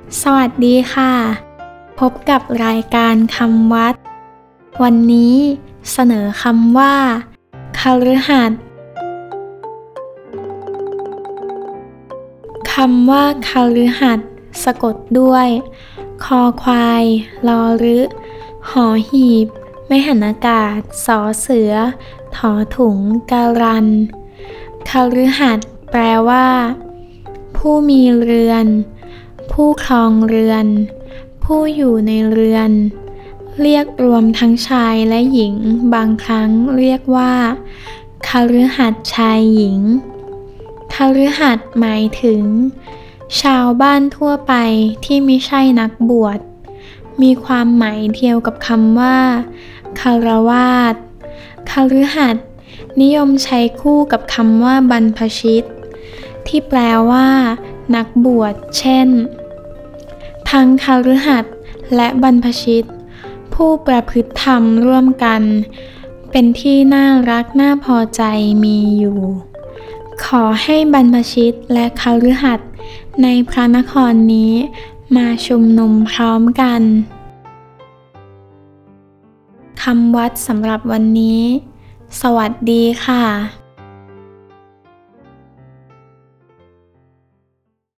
สวัสดีค่ะพบกับรายการคำวัดวันนี้เสนอคำว่าคฤหัสถ์คำว่าคฤหัสถ์สะกดด้วยคอควายลอฤหอหีบไม่หันอากาศสอเสือถอถุงการันคฤหัสถ์แปลว่าผู้มีเรือนผู้ครองเรือนผู้อยู่ในเรือนเรียกรวมทั้งชายและหญิงบางครั้งเรียกว่าคฤหัสถ์ชายหญิงคฤหัสถ์หมายถึงชาวบ้านทั่วไปที่ไม่ใช่นักบวชมีความหมายเดียวกับคำว่าฆราวาสคฤหัสถ์นิยมใช้คู่กับคำว่าบรรพชิตที่แปลว่านักบวชเช่นทั้งคฤหัสถ์และบรรพชิตผู้ประพฤติธรรมร่วมกันเป็นที่น่ารักน่าพอใจมีอยู่ขอให้บรรพชิตและคฤหัสถ์ในพระนครนี้มาชุมนุมพร้อมกันคำวัดสำหรับวันนี้สวัสดีค่ะ